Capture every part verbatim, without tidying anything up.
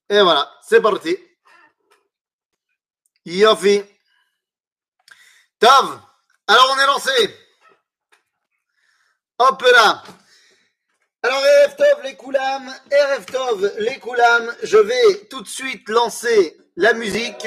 Et voilà, c'est parti. Yofi. Tov. Alors on est lancé. Hop là. Alors Erev Tov les Koulam, Erev Tov les Koulam, je vais tout de suite lancer la musique.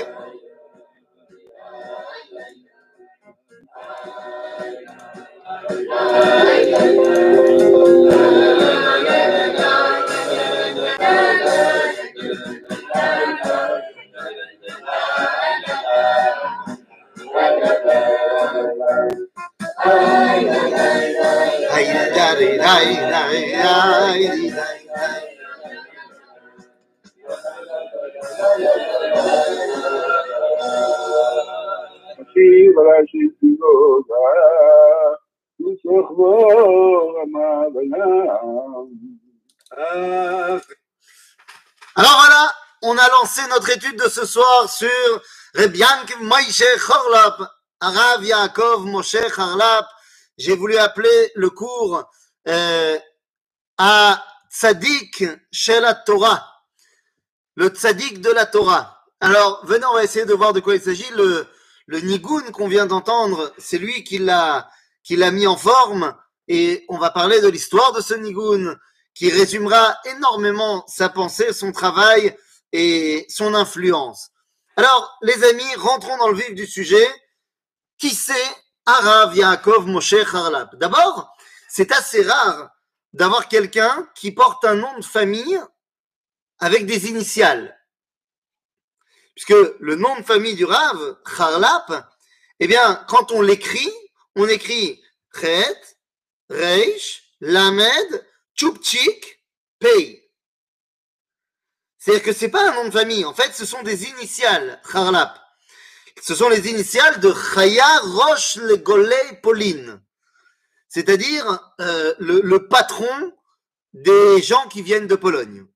Alors voilà, on a lancé notre étude de ce soir sur Rabbi Yankiv Moshe Charlap, Arav Yaakov Moshe Charlap. J'ai voulu appeler le cours euh, à Tzadik chez la Torah, le Tzadik de la Torah. Alors venez, on va essayer de voir de quoi il s'agit. Le, le Nigun qu'on vient d'entendre, c'est lui qui l'a, qui l'a mis en forme, et on va parler de l'histoire de ce Nigun, qui résumera énormément sa pensée, son travail et son influence. Alors, les amis, rentrons dans le vif du sujet. Qui c'est Arav Yaakov Moshe Charlap? D'abord, c'est assez rare d'avoir quelqu'un qui porte un nom de famille avec des initiales. Puisque le nom de famille du Rav, Charlap, eh bien, quand on l'écrit, on écrit Chet, Reish, Lamed, Tchoupchik, Pei. C'est-à-dire que c'est pas un nom de famille. En fait, ce sont des initiales, Charlap. Ce sont les initiales de Chaya Rosh Legolei Pauline. C'est-à-dire euh, le, le patron des gens qui viennent de Pologne.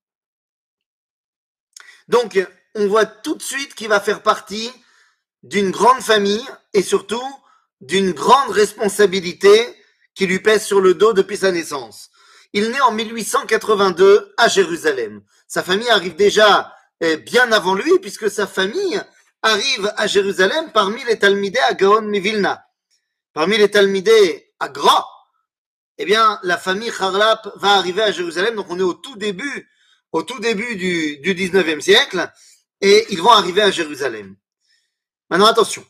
Donc, on voit tout de suite qu'il va faire partie d'une grande famille et surtout d'une grande responsabilité qui lui pèse sur le dos depuis sa naissance. Il naît en mille huit cent quatre-vingt-deux à Jérusalem. Sa famille arrive déjà eh, bien avant lui, puisque sa famille arrive à Jérusalem parmi les Talmidei à Gaon Mivilna. Parmi les Talmidei à Gra, eh bien, la famille Charlap va arriver à Jérusalem. Donc, on est au tout début, au tout début du, du dix-neuvième siècle, et ils vont arriver à Jérusalem. Maintenant, attention.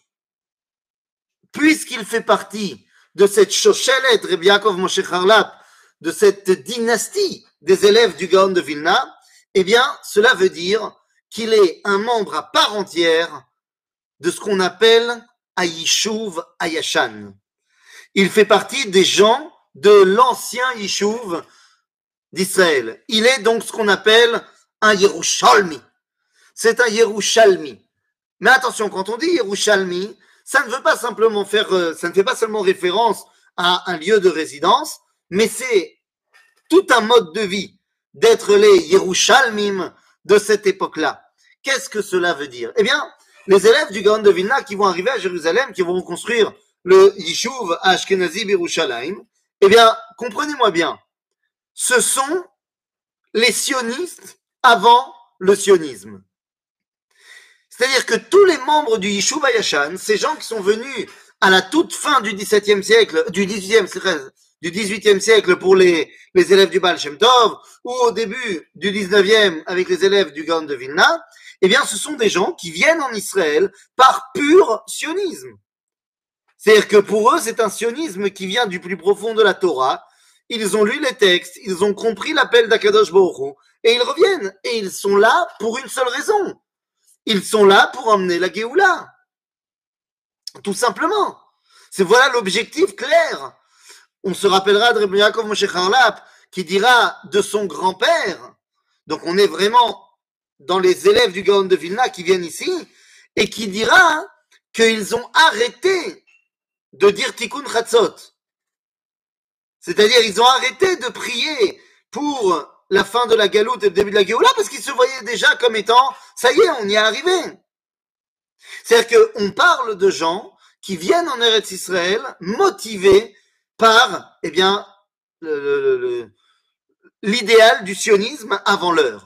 Puisqu'il fait partie de cette Shoshelet Rabbi Yaakov Moshe Charlap, de cette dynastie des élèves du Gaon de Vilna, eh bien, cela veut dire qu'il est un membre à part entière de ce qu'on appelle Ayishuv Ayashan. Il fait partie des gens de l'ancien Yishuv d'Israël. Il est donc ce qu'on appelle un Yerushalmi. C'est un Yerushalmi. Mais attention, quand on dit Yerushalmi, ça ne veut pas simplement faire, ça ne fait pas seulement référence à un lieu de résidence, mais c'est tout un mode de vie d'être les Yerushalmim de cette époque-là. Qu'est-ce que cela veut dire? Eh bien, les élèves du Gaon de Vilna qui vont arriver à Jérusalem, qui vont construire le Yishuv à Ashkenazi Yerushalayim, eh bien, comprenez-moi bien, ce sont les sionistes avant le sionisme. C'est-à-dire que tous les membres du Yishuv Ayashan, ces gens qui sont venus à la toute fin du dix-septième siècle, du dix-huitième, du dix-huitième siècle pour les, les élèves du Baal Shem Tov, ou au début du dix-neuvième avec les élèves du Gaon de Vilna, eh bien, ce sont des gens qui viennent en Israël par pur sionisme. C'est-à-dire que pour eux, c'est un sionisme qui vient du plus profond de la Torah. Ils ont lu les textes, ils ont compris l'appel d'Akadosh Baruch Hu, et ils reviennent. Et ils sont là pour une seule raison. Ils sont là pour emmener la Géoula. Tout simplement. C'est voilà l'objectif clair. On se rappellera de Rabbi Yaakov Moshe Charlap qui dira de son grand-père. Donc on est vraiment dans les élèves du Gaon de Vilna qui viennent ici et qui dira qu'ils ont arrêté de dire Tikkun Chatzot. C'est-à-dire ils ont arrêté de prier pour la fin de la galoute et le début de la Géoula parce qu'ils se voyaient déjà comme étant ça y est, on y est arrivé. C'est-à-dire qu'on parle de gens qui viennent en Eretz Israël motivés par, eh bien, le, le, le, l'idéal du sionisme avant l'heure.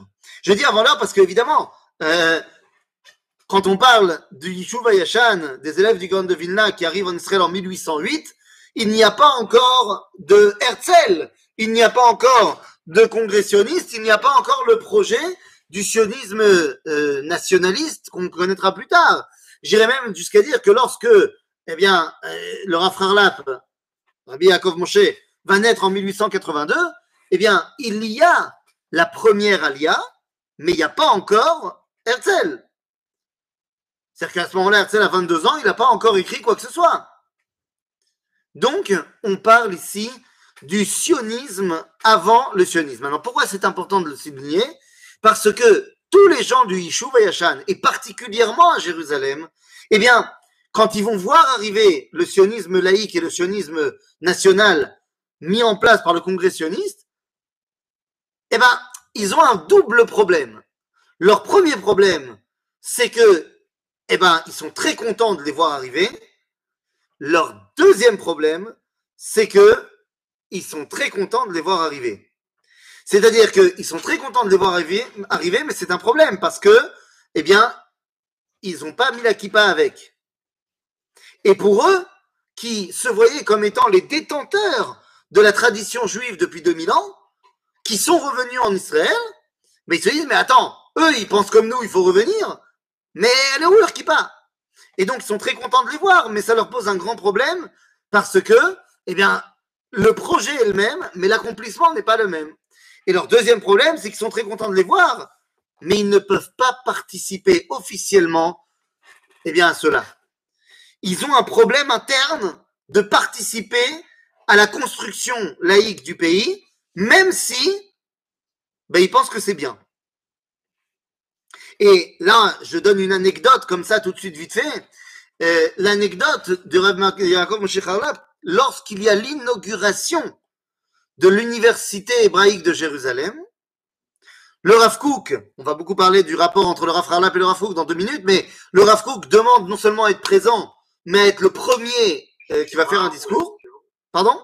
Je dis avant l'heure parce qu'évidemment, euh, quand on parle du Yishuv Hayashan, des élèves du Gaon de Vilna qui arrivent en Israël en mille huit cent huit, il n'y a pas encore de Herzl, il n'y a pas encore de congressionniste, il n'y a pas encore le projet du sionisme euh, nationaliste qu'on connaîtra plus tard. J'irais même jusqu'à dire que lorsque eh bien, euh, le Rav Harlap, Rabbi Yaakov Moshe, va naître en mille huit cent quatre-vingt-deux, eh bien, il y a la première alia, mais il n'y a pas encore Herzl. C'est-à-dire qu'à ce moment-là, Herzl a vingt-deux ans, il n'a pas encore écrit quoi que ce soit. Donc, on parle ici du sionisme avant le sionisme. Alors, pourquoi c'est important de le souligner? Parce que tous les gens du Yishuv Hayashan, et particulièrement à Jérusalem, eh bien, quand ils vont voir arriver le sionisme laïque et le sionisme national mis en place par le congrès sioniste, eh bien, ils ont un double problème. Leur premier problème, c'est que, eh ben, ils sont très contents de les voir arriver. Leur deuxième problème, c'est que ils sont très contents de les voir arriver. C'est-à-dire qu'ils sont très contents de les voir arriver, arriver mais c'est un problème parce que, eh bien, ils n'ont pas mis la kippa avec. Et pour eux, qui se voyaient comme étant les détenteurs de la tradition juive depuis deux mille ans, qui sont revenus en Israël, mais ils se disent, mais attends, eux, ils pensent comme nous, il faut revenir, mais elle est où leur kippa? Et donc, ils sont très contents de les voir, mais ça leur pose un grand problème parce que, eh bien, le projet est le même, mais l'accomplissement n'est pas le même. Et leur deuxième problème, c'est qu'ils sont très contents de les voir, mais ils ne peuvent pas participer officiellement, eh bien, à cela. Ils ont un problème interne de participer à la construction laïque du pays, même si, ben, ils pensent que c'est bien. Et là, je donne une anecdote comme ça tout de suite vite fait. Euh, l'anecdote de Rav Yaakov Moshe Harlap, lorsqu'il y a l'inauguration de l'université hébraïque de Jérusalem, le Rav Kook, on va beaucoup parler du rapport entre le Rav Harlap et le Rav Kook dans deux minutes, mais le Rav Kook demande non seulement à être présent, mais à être le premier euh, qui va faire un discours. Pardon?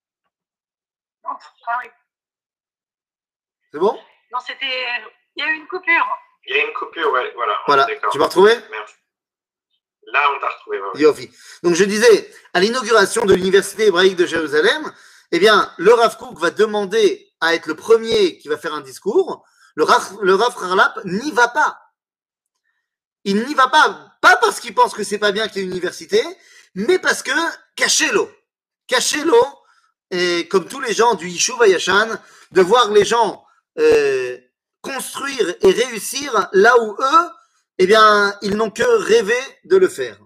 C'est bon? Non, c'était... Il y a eu une coupure. Il y a une coupure, ouais, voilà. Voilà, tu m'as retrouvé? Merde. Là, on t'a retrouvé. Ouais. Yofi. Donc, je disais, à l'inauguration de l'université hébraïque de Jérusalem, eh bien, le Rav Kook va demander à être le premier qui va faire un discours. Le Rav, le Rav Harlap n'y va pas. Il n'y va pas, pas parce qu'il pense que c'est pas bien qu'il y ait une université, mais parce que, cachez-le. Cachez-le, et comme tous les gens du Yishuv Hayashan, de voir les gens euh, construire et réussir là où eux, eh bien, ils n'ont que rêvé de le faire.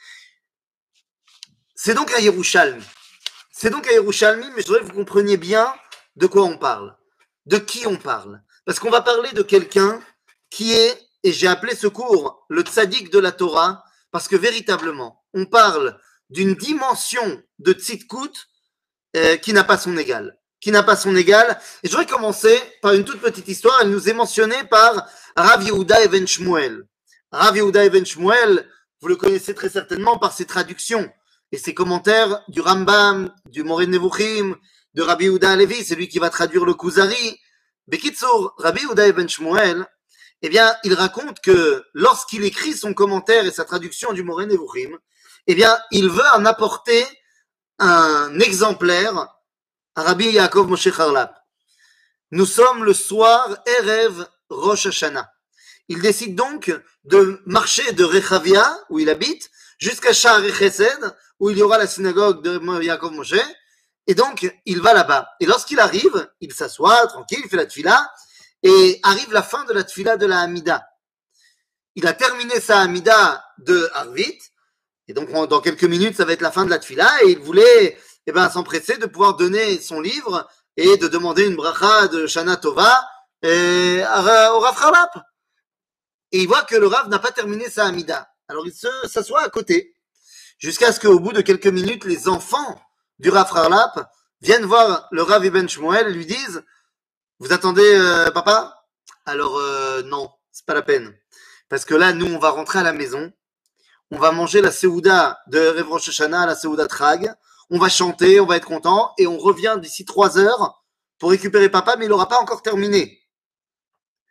C'est donc à Yerushalmi. C'est donc à Yerushalmi, mais je voudrais que vous compreniez bien de quoi on parle, de qui on parle. Parce qu'on va parler de quelqu'un qui est, et j'ai appelé ce cours le tzaddik de la Torah, parce que véritablement, on parle d'une dimension de tzidkut euh, qui n'a pas son égal. Qui n'a pas son égal. Et je voudrais commencer par une toute petite histoire. Elle nous est mentionnée par Rav Yehuda Even Shmuel. Rav Yehuda Even Shmuel, vous le connaissez très certainement par ses traductions et ses commentaires du Rambam, du Moreh Nevuchim, de Rabbi Yehuda Halevi, c'est lui qui va traduire le Kuzari. Bekitsour, Rabbi Yehuda Even Shmuel, eh bien, il raconte que lorsqu'il écrit son commentaire et sa traduction du Moreh Nevuchim, eh bien, il veut en apporter un exemplaire à Rabbi Yaakov Moshe Harlap. Nous sommes le soir Erev Rosh Hashanah. Il décide donc de marcher de Rechavia, où il habite, jusqu'à Sha'arei Chesed, où il y aura la synagogue de Yaakov Moshe. Et donc, il va là-bas. Et lorsqu'il arrive, il s'assoit, tranquille, il fait la tfila, et arrive la fin de la tfila de la Hamida. Il a terminé sa Hamida de Arvit, et donc dans quelques minutes, ça va être la fin de la tfila, et il voulait eh ben, s'empresser de pouvoir donner son livre et de demander une bracha de Shana Tova et au Rav Harlap. Et il voit que le Rav n'a pas terminé sa Hamida. Alors il se, s'assoit à côté, jusqu'à ce qu'au bout de quelques minutes, les enfants du Rav Harlap viennent voir le Rav Ibn Shmuel et lui disent « Vous attendez euh, papa ?» Alors euh, non, c'est pas la peine. Parce que là, nous, on va rentrer à la maison, on va manger la Seouda de Erev Rosh Hashanah, la Seouda Trag, on va chanter, on va être content, et on revient d'ici trois heures pour récupérer papa, mais il n'aura pas encore terminé.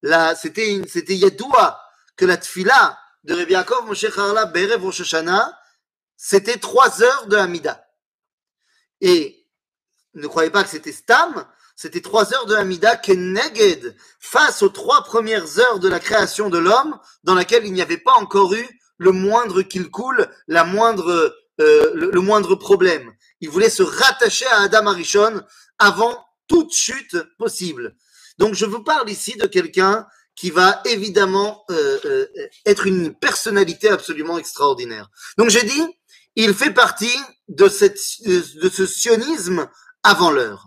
la, c'était, une- c'était Yadoua que la tfila de Rabbi Yaakov Moshe Harlap Be'erev Rosh Hashanah, c'était trois heures de Hamida. Et ne croyez pas que c'était Stam, c'était trois heures de Hamida Keneged, face aux trois premières heures de la création de l'homme, dans laquelle il n'y avait pas encore eu le moindre qu'il coule, la moindre, euh, le, le moindre problème. Il voulait se rattacher à Adam Arishon avant toute chute possible. Donc je vous parle ici de quelqu'un qui va évidemment euh, euh, être une personnalité absolument extraordinaire. Donc j'ai dit, il fait partie de, cette, de ce sionisme avant l'heure.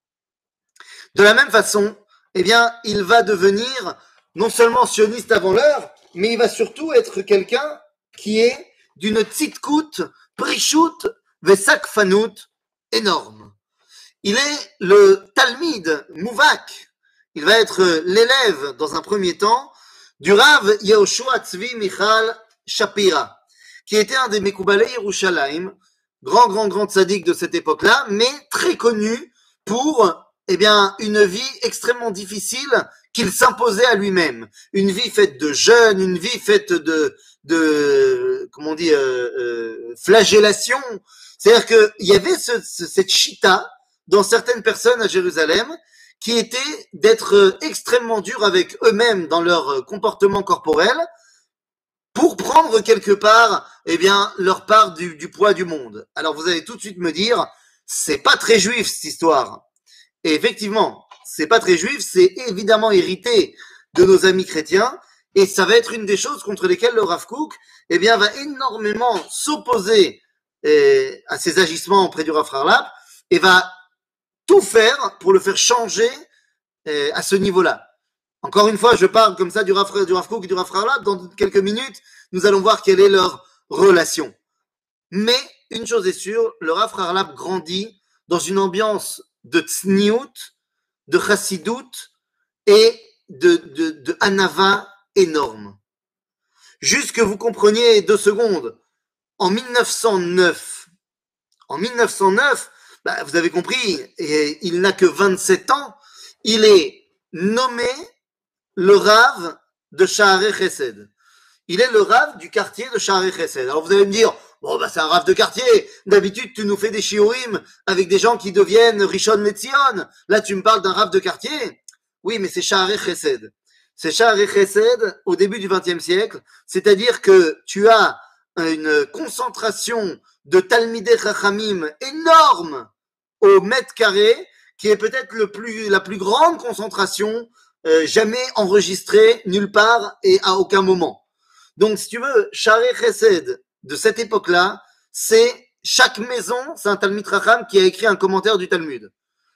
De la même façon, eh bien, il va devenir non seulement sioniste avant l'heure, mais il va surtout être quelqu'un qui est d'une tzidkout, prishut, vesakfanout énorme. Il est le Talmid Mouvak. Il va être l'élève, dans un premier temps, du Rav Yehoshua Tzvi Michal Shapira, qui était un des Mekoubalei Yerushalayim, grand, grand, grand tzaddik de cette époque-là, mais très connu pour, eh bien, une vie extrêmement difficile qu'il s'imposait à lui-même. Une vie faite de jeûne, une vie faite de, de, comment on dit, euh, euh, flagellation. C'est-à-dire qu'il y avait ce, ce, cette chita dans certaines personnes à Jérusalem qui était d'être extrêmement durs avec eux-mêmes dans leur comportement corporel pour prendre quelque part, eh bien, leur part du, du poids du monde. Alors vous allez tout de suite me dire, c'est pas très juif cette histoire. Et effectivement, c'est pas très juif, c'est évidemment hérité de nos amis chrétiens, et ça va être une des choses contre lesquelles le Rav Kook, eh bien, va énormément s'opposer eh, à ces agissements auprès du Rav Harlap, et va tout faire pour le faire changer eh, à ce niveau-là. Encore une fois, je parle comme ça du Rav, du Rav Kook et du Rav Harlap. Dans quelques minutes, nous allons voir quelle est leur relation. Mais une chose est sûre, le Rav Harlap grandit dans une ambiance de tsniout, de chassidout et de, de, de anava énorme. Juste que vous compreniez deux secondes, en mille neuf cent neuf, en mille neuf cent neuf, bah, vous avez compris, et il n'a que vingt-sept ans, il est nommé le Rav de Shaarei Chesed. Il est le Rav du quartier de Shaarei Chesed. Alors vous allez me dire, bon bah c'est un Rav de quartier, d'habitude tu nous fais des shiurim avec des gens qui deviennent Rishon LeZion. Là tu me parles d'un Rav de quartier. Oui, mais c'est Shaarei Chesed. C'est Shaarei Chesed au début du vingtième siècle, c'est-à-dire que tu as une concentration de Talmidei Chachamim énorme au mètre carré, qui est peut-être le plus, la plus grande concentration euh, jamais enregistrée nulle part et à aucun moment. Donc, si tu veux, Shaarei Chesed de cette époque-là, c'est chaque maison, c'est un Talmid Chacham qui a écrit un commentaire du Talmud.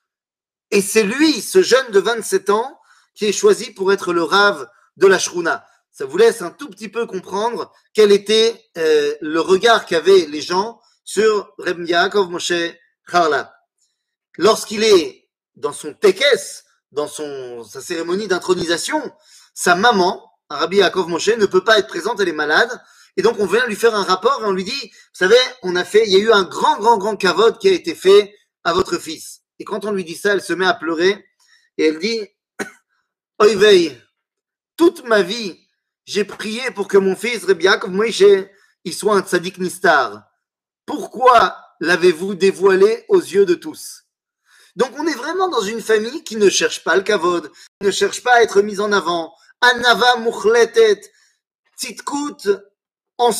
Et c'est lui, ce jeune de vingt-sept ans, qui est choisi pour être le Rav de la Shruna. Ça vous laisse un tout petit peu comprendre quel était euh, le regard qu'avaient les gens sur Reb Yaakov Moshe Harlap. Lorsqu'il est dans son tekes, dans son, sa cérémonie d'intronisation, sa maman, Rabbi Yaakov Moshe, ne peut pas être présente, elle est malade, et donc on vient lui faire un rapport et on lui dit, vous savez, on a fait, il y a eu un grand, grand, grand kavod qui a été fait à votre fils. Et quand on lui dit ça, elle se met à pleurer et elle dit, Oy vey, toute ma vie, j'ai prié pour que mon fils, Rabbi Yaakov Moshe, il soit un tzaddik nistar. Pourquoi l'avez-vous dévoilé aux yeux de tous? Donc on est vraiment dans une famille qui ne cherche pas le kavod, qui ne cherche pas à être mise en avant. Anava muchletet, tzidkout, en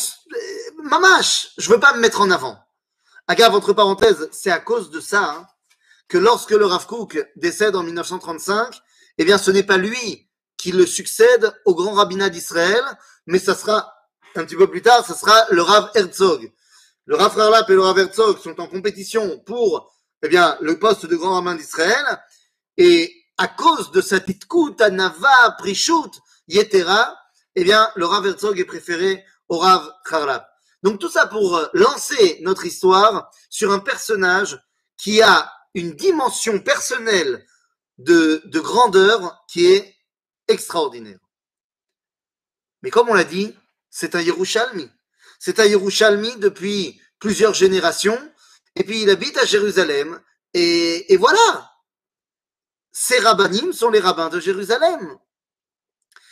mamash, je veux pas me mettre en avant. Agave, entre parenthèses, c'est à cause de ça hein, que lorsque le Rav Kook décède en mille neuf cent trente-cinq, eh bien ce n'est pas lui qui le succède au grand rabbinat d'Israël, mais ça sera, un petit peu plus tard, ça sera le Rav Herzog. Le Rav Harlap et le Rav Herzog sont en compétition pour eh bien, le poste de grand rabbin d'Israël, et à cause de sa titkut, anava, prishut, yetera, eh bien, le Rav Herzog est préféré au Rav Harlap. Donc tout ça pour lancer notre histoire sur un personnage qui a une dimension personnelle de, de grandeur qui est extraordinaire. Mais comme on l'a dit, c'est un Yerushalmi. C'est un Yerushalmi depuis plusieurs générations, et puis il habite à Jérusalem, et, et voilà. Ces rabbinim sont les rabbins de Jérusalem.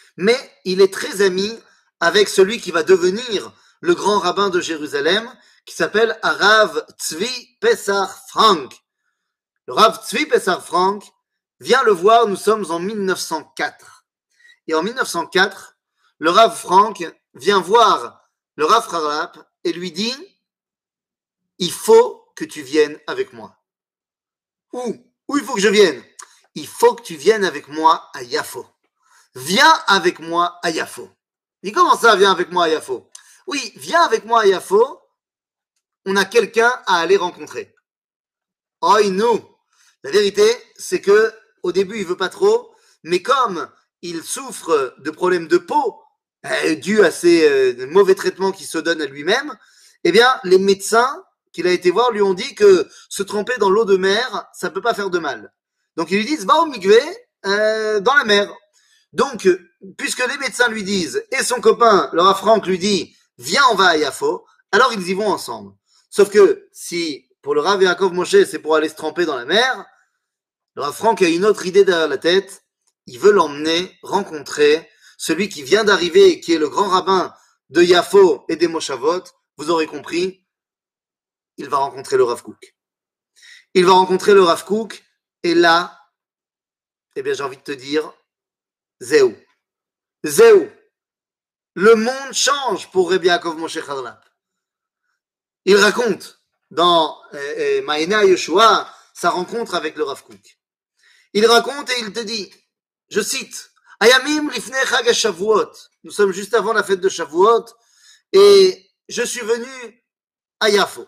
mais il est très ami avec celui qui va devenir le grand rabbin de Jérusalem, qui s'appelle Rav Tzvi Pessach Frank. Le Rav Tzvi Pessach Frank vient le voir, nous sommes en mille neuf cent quatre. Et en mille neuf cent quatre, le Rav Frank vient voir le Rav Harlap et lui dit « Il faut que tu viennes avec moi. » Où Où il faut que je vienne? Il faut que tu viennes avec moi à Yafo. Viens avec moi à Yafo. Il dit comment ça, viens avec moi à Yafo? Oui, viens avec moi à Yafo. On a quelqu'un à aller rencontrer. Oh, nous. La vérité, c'est que au début, il veut pas trop, mais comme il souffre de problèmes de peau euh, dus à ces euh, mauvais traitements qu'il se donne à lui-même, eh bien, les médecins qu'il a été voir lui ont dit que se tremper dans l'eau de mer, ça peut pas faire de mal. Donc, ils lui disent, va au migvé, euh, dans la mer. Donc, puisque les médecins lui disent, et son copain, Laura Frank, lui dit, viens, on va à Yafo, alors ils y vont ensemble. Sauf que si, pour le Rav Yaakov Moshe, c'est pour aller se tremper dans la mer, le Rav Frank a une autre idée derrière la tête. Il veut l'emmener rencontrer celui qui vient d'arriver et qui est le grand rabbin de Yafo et des Moshavot. Vous aurez compris, il va rencontrer le Rav Kook. Il va rencontrer le Rav Kook et là, eh bien, j'ai envie de te dire, Zéou. Zéou. Le monde change pour Rabbi Yaakov Moshe Harlap. Il raconte dans euh, Ma'ena Yeshua sa rencontre avec le Rav Kook. Il raconte et il te dit, je cite, Ayamim lifnei chag Shavuot. Nous sommes juste avant la fête de Shavuot et je suis venu à Yafo.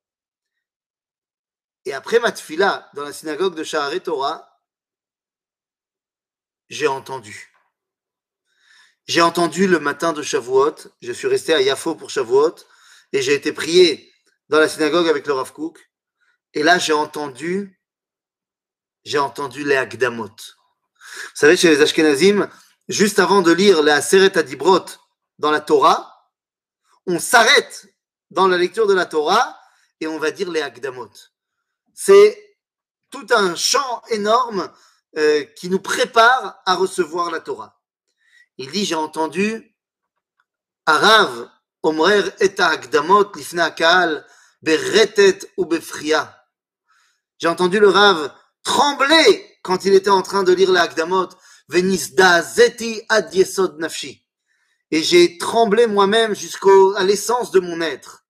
Et après ma tfila dans la synagogue de Sha'arei Torah, j'ai entendu. J'ai entendu le matin de Shavuot, je suis resté à Yafo pour Shavuot et j'ai été prié dans la synagogue avec le Rav Kook. Et là, j'ai entendu, j'ai entendu les Akdamot. Vous savez, chez les Ashkenazim, juste avant de lire la Aseret Adibrot dans la Torah, on s'arrête dans la lecture de la Torah et on va dire les Akdamot. C'est tout un champ énorme euh, qui nous prépare à recevoir la Torah. Il dit, j'ai entendu Arav Omrer et Akdamot lifna kaal beretet ou befria. J'ai entendu le Rav trembler quand il était en train de lire la Akdamot. Venisda zeti ad yesod nafshi. Et j'ai tremblé moi-même jusqu'à l'essence de mon être.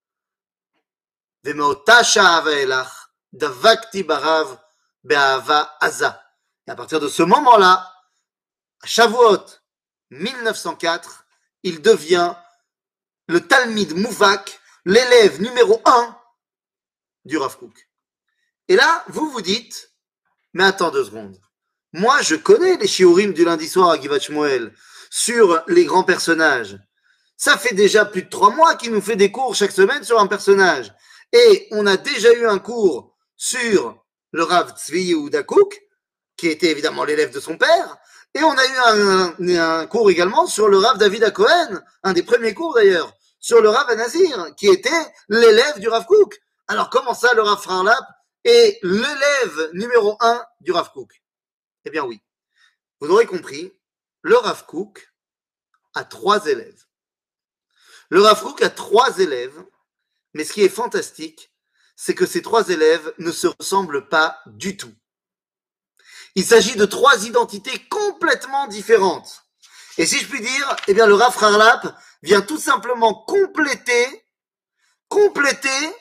Vemeota sha'ava elach davakti barav be'ahava aza. Et à partir de ce moment-là, à Shavuot mille neuf cent quatre, il devient le Talmid Mouvak, l'élève numéro un du Rav Kook. Et là, vous vous dites, mais attends deux secondes. Moi, je connais les shiurim du lundi soir à Givat Shmuel sur les grands personnages. Ça fait déjà plus de trois mois qu'il nous fait des cours chaque semaine sur un personnage. Et on a déjà eu un cours sur le Rav Tzvi Yehuda Kook, qui était évidemment l'élève de son père. Et on a eu un, un, un cours également sur le Rav David Cohen, un des premiers cours d'ailleurs, sur le Rav Anazir, qui était l'élève du Rav Kook. Alors comment ça, le Rav Harlap est l'élève numéro un du Rav Kook? Eh bien oui, vous aurez compris, le Rav Kook a trois élèves. Le Rav Kook a trois élèves, mais ce qui est fantastique, c'est que ces trois élèves ne se ressemblent pas du tout. Il s'agit de trois identités complètement différentes. Et si je puis dire, eh bien le Rav Harlap vient tout simplement compléter, compléter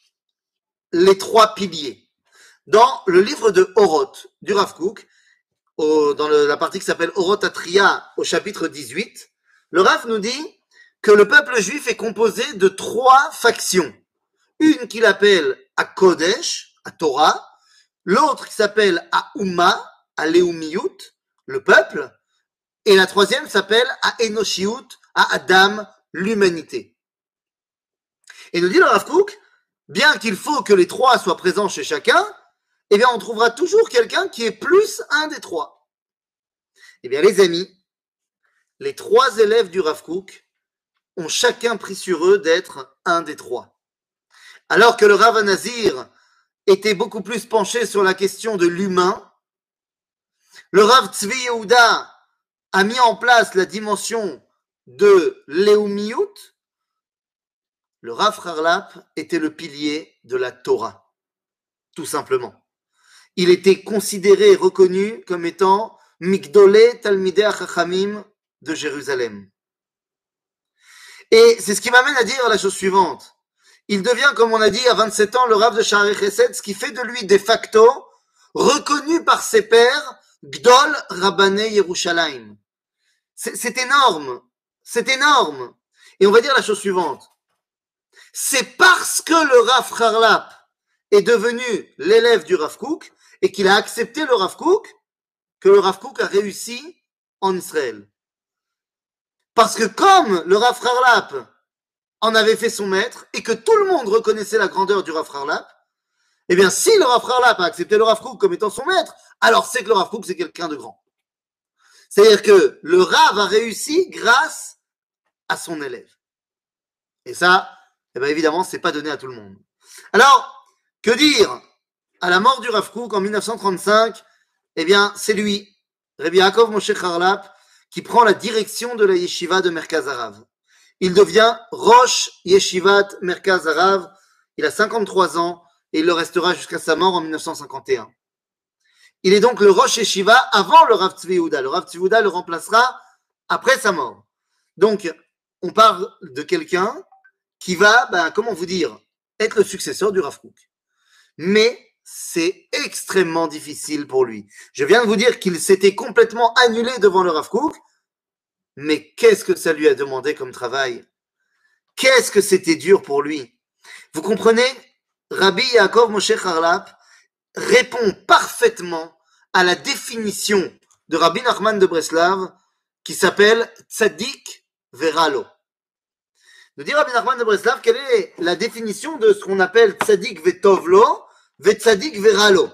les trois piliers. Dans le livre de Oroth du Rav Kook, au, dans le, la partie qui s'appelle Oroth Atria au chapitre dix-huit, le Rav nous dit que le peuple juif est composé de trois factions. Une qu'il appelle à Kodesh, à Torah, l'autre qui s'appelle à Ouma, à Leumiyut, le peuple, et la troisième s'appelle à Enoshiut, à Adam, l'humanité. Et nous dit le Rav Kook, bien qu'il faut que les trois soient présents chez chacun, eh bien on trouvera toujours quelqu'un qui est plus un des trois. Eh bien les amis, les trois élèves du Rav Kook ont chacun pris sur eux d'être un des trois. Alors que le Rav Anazir était beaucoup plus penché sur la question de l'humain, le Rav Tzvi Yehuda a mis en place la dimension de Léoumiout, le Rav Harlap était le pilier de la Torah, tout simplement. Il était considéré et reconnu comme étant Migdolé Talmidei HaChachamim de Jérusalem. Et c'est ce qui m'amène à dire la chose suivante. Il devient, comme on a dit, à vingt-sept ans, le Rav de Shaarei Chesed, ce qui fait de lui, de facto, reconnu par ses pairs, Gdol Rabbanei Yerushalayim. C'est, c'est énorme. C'est énorme. Et on va dire la chose suivante. C'est parce que le Rav Harlap est devenu l'élève du Rav Kook et qu'il a accepté le Rav Kook que le Rav Kook a réussi en Israël. Parce que comme le Rav Harlap en avait fait son maître et que tout le monde reconnaissait la grandeur du Rav Harlap, eh bien, si le Rav Harlap a accepté le Rav Kook comme étant son maître, alors c'est que le Rav Kook, c'est quelqu'un de grand. C'est-à-dire que le Rav a réussi grâce à son élève. Et ça, eh bien, évidemment, c'est pas donné à tout le monde. Alors, que dire? À la mort du Rav Kook en mille neuf cent trente-cinq, eh bien, c'est lui, Rabbi Yaakov Moshe Harlap, qui prend la direction de la yeshiva de Merkaz Harav. Il devient Rosh Yeshivat Merkaz Harav. Il a cinquante-trois ans et il le restera jusqu'à sa mort en mille neuf cent cinquante et un. Il est donc le Rosh Yeshiva avant le Rav Tzvi Yehuda. Le Rav Tzvi Yehuda le remplacera après sa mort. Donc, on parle de quelqu'un qui va, ben, comment vous dire, être le successeur du Rav Kook. Mais c'est extrêmement difficile pour lui. Je viens de vous dire qu'il s'était complètement annulé devant le Rav Kook, mais qu'est-ce que ça lui a demandé comme travail? Qu'est-ce que c'était dur pour lui? Vous comprenez? Rabbi Yaakov Moshe Harlap répond parfaitement à la définition de Rabbi Nachman de Breslav qui s'appelle Tzadik Veralo. Nous dit Rabbi Nachman de Breslav quelle est la définition de ce qu'on appelle Tzadik Vetovlo Ve Tzadik Veralo.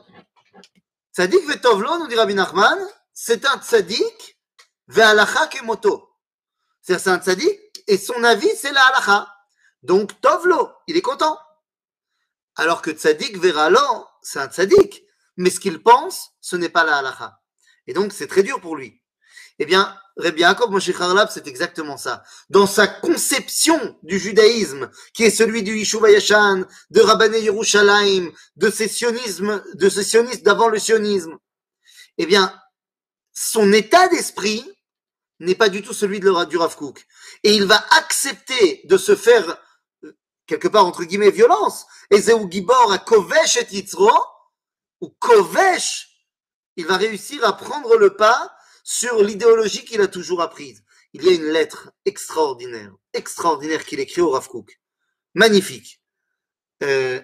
Tzadik Vetovlo, nous dit Rabbi Nachman, c'est un Tzadik Ve'alacha kemoto. C'est-à-dire c'est un Tzadik et son avis c'est la halacha. Donc Tovlo, il est content. Alors que Tzadik Veralo, c'est un Tzadik, mais ce qu'il pense, ce n'est pas la halacha. Et donc c'est très dur pour lui. Eh bien, Rabbi Yaakov Moshe Harlap, c'est exactement ça. Dans sa conception du judaïsme, qui est celui du Yishuv Yashan, de Rabbanei Yerushalayim, de ces sionismes, de ces sionistes d'avant le sionisme, eh bien, son état d'esprit n'est pas du tout celui de du Rav Kook. Et il va accepter de se faire, quelque part, entre guillemets, violence. Et Zéou Gibor à Kovesh et Yitzro, ou Kovesh, il va réussir à prendre le pas sur l'idéologie qu'il a toujours apprise. Il y a une lettre extraordinaire, extraordinaire qu'il écrit au Rav Kook. Magnifique. Euh,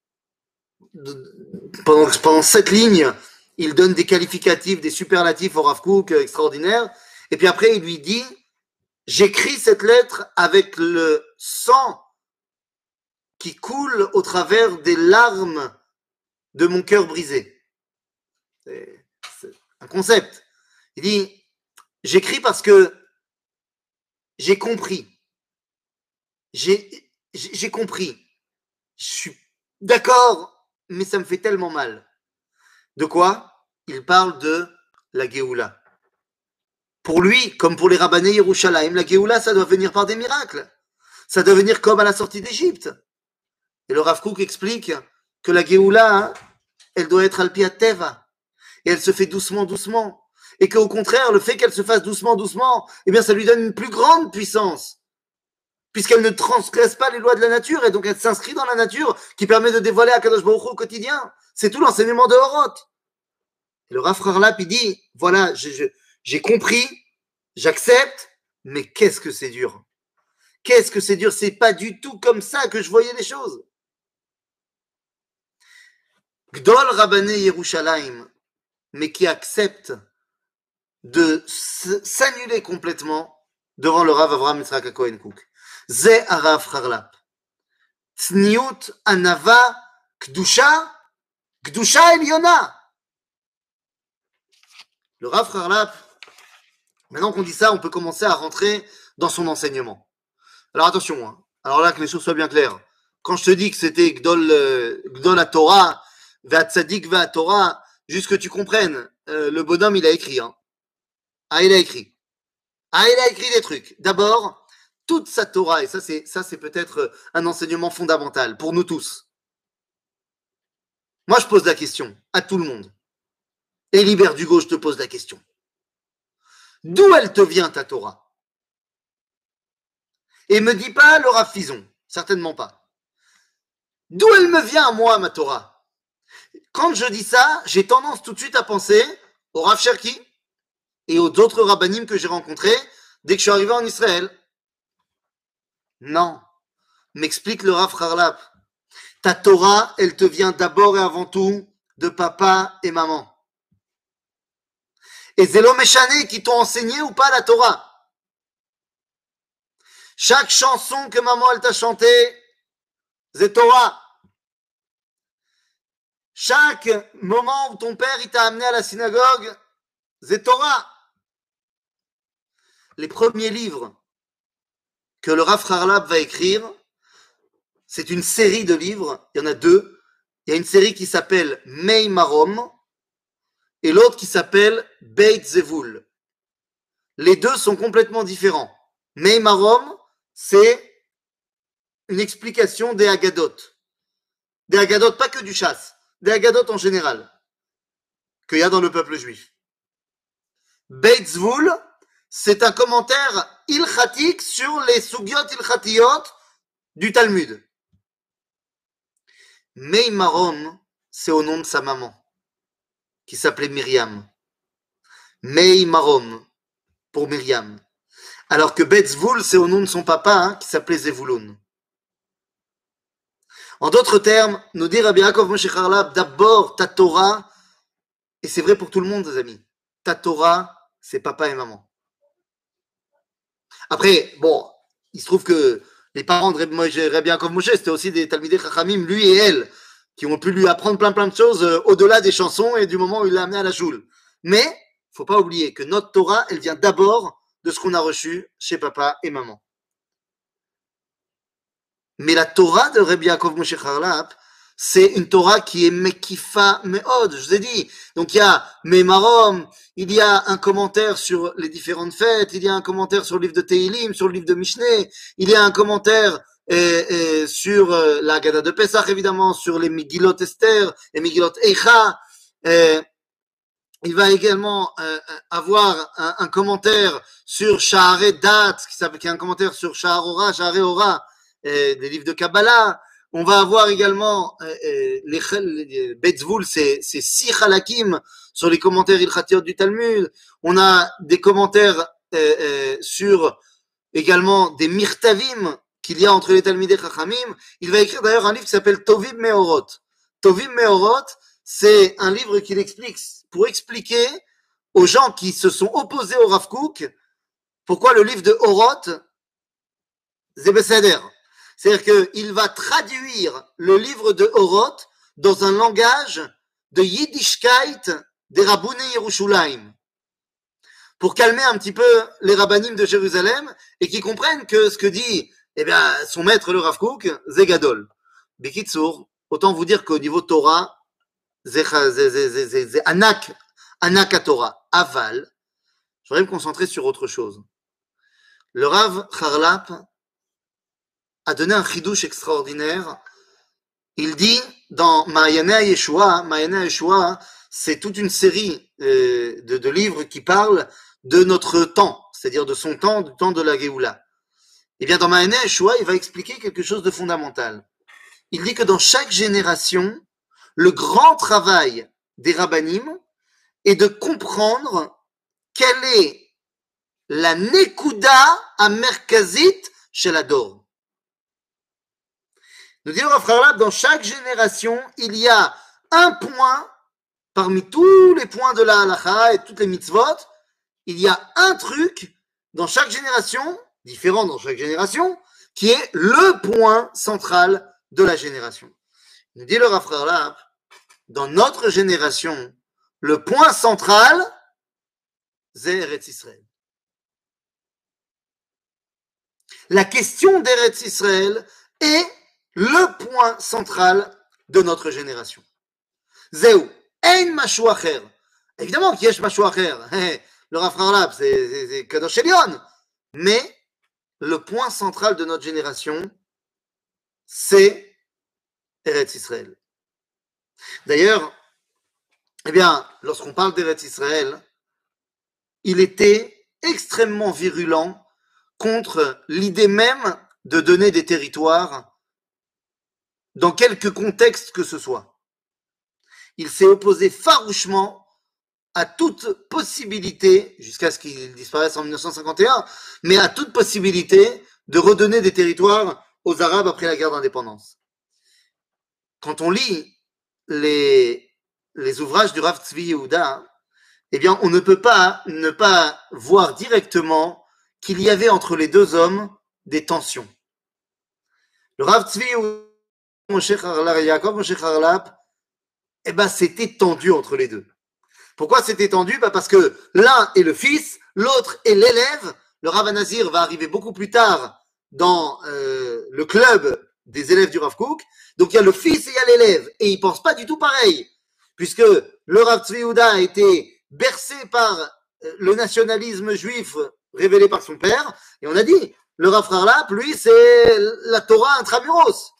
pendant, pendant sept lignes, il donne des qualificatifs, des superlatifs au Rav Kook euh, extraordinaires. Et puis après, il lui dit, j'écris cette lettre avec le sang qui coule au travers des larmes de mon cœur brisé. C'est, c'est un concept. Il dit, j'écris parce que j'ai compris. J'ai, j'ai compris. Je suis d'accord, mais ça me fait tellement mal. De quoi? Il parle de la Géoula. Pour lui, comme pour les Rabbanei Yerushalayim, la Géoula, ça doit venir par des miracles. Ça doit venir comme à la sortie d'Égypte. Et le Rav Kook explique que la Géoula, hein, elle doit être al pi teva. Et elle se fait doucement, doucement. Et qu'au contraire, le fait qu'elle se fasse doucement, doucement, eh bien, ça lui donne une plus grande puissance. Puisqu'elle ne transgresse pas les lois de la nature, et donc elle s'inscrit dans la nature, qui permet de dévoiler Akadosh Baruch Hu au quotidien. C'est tout l'enseignement de Horoth. Et le Rav Harlap, il dit, voilà, j'ai, j'ai, j'ai compris, j'accepte, mais qu'est-ce que c'est dur. Qu'est-ce que c'est dur. C'est pas du tout comme ça que je voyais les choses. Gdol Rabbanei Yerushalayim, mais qui accepte de s'annuler complètement devant le Rav Avraham Yitzhak HaKohen Kook. Ze Rav Harlap. Tzniut, Anava, Kdusha, Kdusha Eliona. Le Rav Harlap, maintenant qu'on dit ça, on peut commencer à rentrer dans son enseignement. Alors attention, hein. Alors là, que les choses soient bien claires. Quand je te dis que c'était Gdol, euh, Gdol à Torah, Ve'at Tzadik Ve'at Torah, juste que tu comprennes, euh, le bonhomme, il a écrit, hein. Ah, il a écrit. Ah, il a écrit des trucs. D'abord, toute sa Torah, et ça c'est, ça c'est peut-être un enseignement fondamental pour nous tous. Moi, je pose la question à tout le monde. Et Libère Dugo, je te pose la question. D'où elle te vient ta Torah? Et me dis pas le Rav Fison, certainement pas. D'où elle me vient, moi, ma Torah? Quand je dis ça, j'ai tendance tout de suite à penser au Rav Cherki et aux autres rabbanim que j'ai rencontrés dès que je suis arrivé en Israël. Non, m'explique le Rav Harlap. Ta Torah, elle te vient d'abord et avant tout de papa et maman. Et c'est l'homme méchané qui t'ont enseigné ou pas la Torah. Chaque chanson que maman elle t'a chantée, c'est Torah. Chaque moment où ton père il t'a amené à la synagogue, c'est Torah. Les premiers livres que le Rav Harlap va écrire, c'est une série de livres, il y en a deux. Il y a une série qui s'appelle Mei Marom et l'autre qui s'appelle Beit Zevul. Les deux sont complètement différents. Mei Marom, c'est une explication des Haggadot. Des Haggadot, pas que du chasse, des Haggadot en général, qu'il y a dans le peuple juif. Beit Zevul, c'est un commentaire ilchatique sur les sugyot ilchatiyot du Talmud. Mei Marom, c'est au nom de sa maman, qui s'appelait Myriam. Mei Marom, pour Myriam. Alors que Beit Zvul, c'est au nom de son papa, hein, qui s'appelait Zevulun. En d'autres termes, nous dit Rabbi Yaakov Moshe Harlap, d'abord ta Torah, et c'est vrai pour tout le monde, les amis, ta Torah, c'est papa et maman. Après, bon, il se trouve que les parents de Rabbi Yaakov Moshe, c'était aussi des Talmidei Chachamim, lui et elle, qui ont pu lui apprendre plein plein de choses euh, au-delà des chansons et du moment où il l'a amené à la choule. Mais, il ne faut pas oublier que notre Torah, elle vient d'abord de ce qu'on a reçu chez papa et maman. Mais la Torah de Rabbi Yaakov Moshe Harlap, c'est une Torah qui est mekifa meod, je vous ai dit. Donc il y a Memarom, il y a un commentaire sur les différentes fêtes, il y a un commentaire sur le livre de Tehilim, sur le livre de Mishneh, il y a un commentaire euh, euh, sur euh, la Haggadah de Pesach, évidemment, sur les Megillot Esther et Megillot Eicha. Euh, il va également euh, avoir un, un commentaire sur Sha'arei Dat, qui est un commentaire sur Sha'ar Ora, Sha'arei Ora, euh, des livres de Kabbalah. On va avoir également euh, les, les Beit Zvul, c'est c'est six halakim sur les commentaires ilchatiot du Talmud. On a des commentaires euh, euh, sur également des mirtavim qu'il y a entre les Talmidei Chachamim. Il va écrire d'ailleurs un livre qui s'appelle Tovim Meorot. Tovim Meorot, c'est un livre qu'il explique pour expliquer aux gens qui se sont opposés au Rav Kook pourquoi le livre de Orot, c'est Beseder. C'est-à-dire qu'il va traduire le livre de Orot dans un langage de Yiddishkeit des Rabbounei Yerushalayim, pour calmer un petit peu les rabbanim de Jérusalem et qui comprennent que ce que dit eh bien, son maître le Rav Kook, c'est Gadol. Bekitsour, autant vous dire qu'au niveau Torah, c'est Anak, Anak à Torah. Aval, je voudrais me concentrer sur autre chose. Le Rav Harlap a donné un chidouche extraordinaire. Il dit dans Ma'ayanei Yeshua, Ma'ayanei Yeshua, c'est toute une série euh, de, de livres qui parlent de notre temps, c'est-à-dire de son temps, du temps de la Géoula. Et bien dans Ma'ayanei Yeshua, il va expliquer quelque chose de fondamental. Il dit que dans chaque génération, le grand travail des rabbanim est de comprendre quelle est la nekuda amerkazit chez la Dor. Nous dit le Rav Harlap, dans chaque génération, il y a un point, parmi tous les points de la halacha et toutes les mitzvot, il y a un truc dans chaque génération, différent dans chaque génération, qui est le point central de la génération. Nous dit le Rav Harlap, dans notre génération, le point central, c'est Eretz Israël. La question d'Eretz Israël est le point central de notre génération. Zéou, ein mashu acher. Évidemment qu'il y a mashu acher. le Rav Harlap, c'est Kadosh Elion. Mais le point central de notre génération, c'est Eretz Israël. D'ailleurs, eh bien, lorsqu'on parle d'Eretz Israël, il était extrêmement virulent contre l'idée même de donner des territoires dans quelque contexte que ce soit. Il s'est opposé farouchement à toute possibilité, jusqu'à ce qu'il disparaisse en mille neuf cent cinquante et un, mais à toute possibilité de redonner des territoires aux Arabes après la guerre d'indépendance. Quand on lit les, les ouvrages du Rav Tzvi Yehuda, eh bien, on ne peut pas ne pas voir directement qu'il y avait entre les deux hommes des tensions. Le Rav Tzvi Yehuda, Moshe Harlap, Yaakov Moshe Harlap, eh ben, c'était tendu entre les deux. Pourquoi c'était tendu? Bah parce que l'un est le fils, l'autre est l'élève. Le Rav Nazir va arriver beaucoup plus tard dans euh, le club des élèves du Rav Kook. Donc il y a le fils et il y a l'élève. Et ils ne pensent pas du tout pareil. Puisque le Rav Tzvi Yehuda a été bercé par le nationalisme juif révélé par son père. Et on a dit, le Rav Harlap, lui, c'est la Torah intramuros.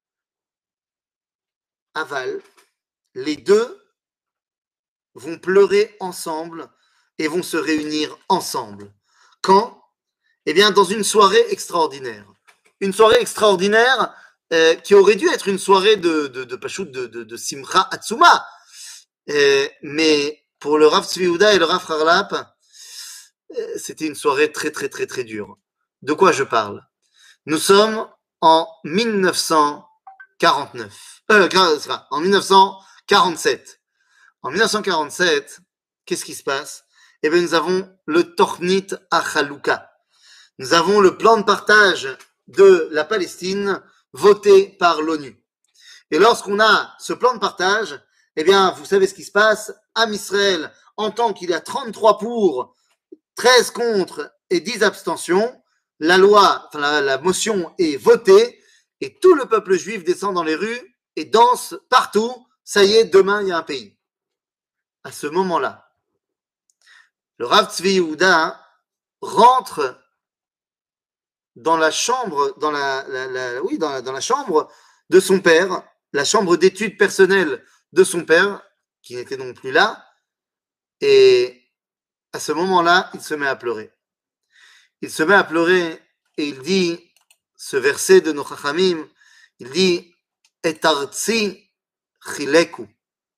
Aval, les deux vont pleurer ensemble et vont se réunir ensemble. Quand? Eh bien, dans une soirée extraordinaire. Une soirée extraordinaire euh, qui aurait dû être une soirée de, de, de Pachout, de, de, de Simcha Atsuma. Euh, mais pour le Rav Tzvi Yehuda et le Rav Harlap, euh, c'était une soirée très, très, très, très dure. De quoi je parle? Nous sommes en mille neuf cent quarante-neuf. Euh, en mille neuf cent quarante-sept. En mille neuf cent quarante-sept, qu'est-ce qui se passe? Eh bien, nous avons le Tochnit Achalouka. Nous avons le plan de partage de la Palestine voté par l'ONU. Et lorsqu'on a ce plan de partage, eh bien, vous savez ce qui se passe. Am Israël entend qu'il y a trente-trois pour, treize contre et dix abstentions. La loi, enfin la, la motion est votée et tout le peuple juif descend dans les rues et danse partout. Ça y est, demain, il y a un pays. À ce moment-là, le Rav Tzvi Yehuda rentre dans la chambre, dans la, la, la oui, dans la, dans la chambre de son père, la chambre d'études personnelles de son père, qui n'était donc plus là, et à ce moment-là, il se met à pleurer. Il se met à pleurer et il dit, ce verset de nos Chachamim, il dit, Et artsi chileku.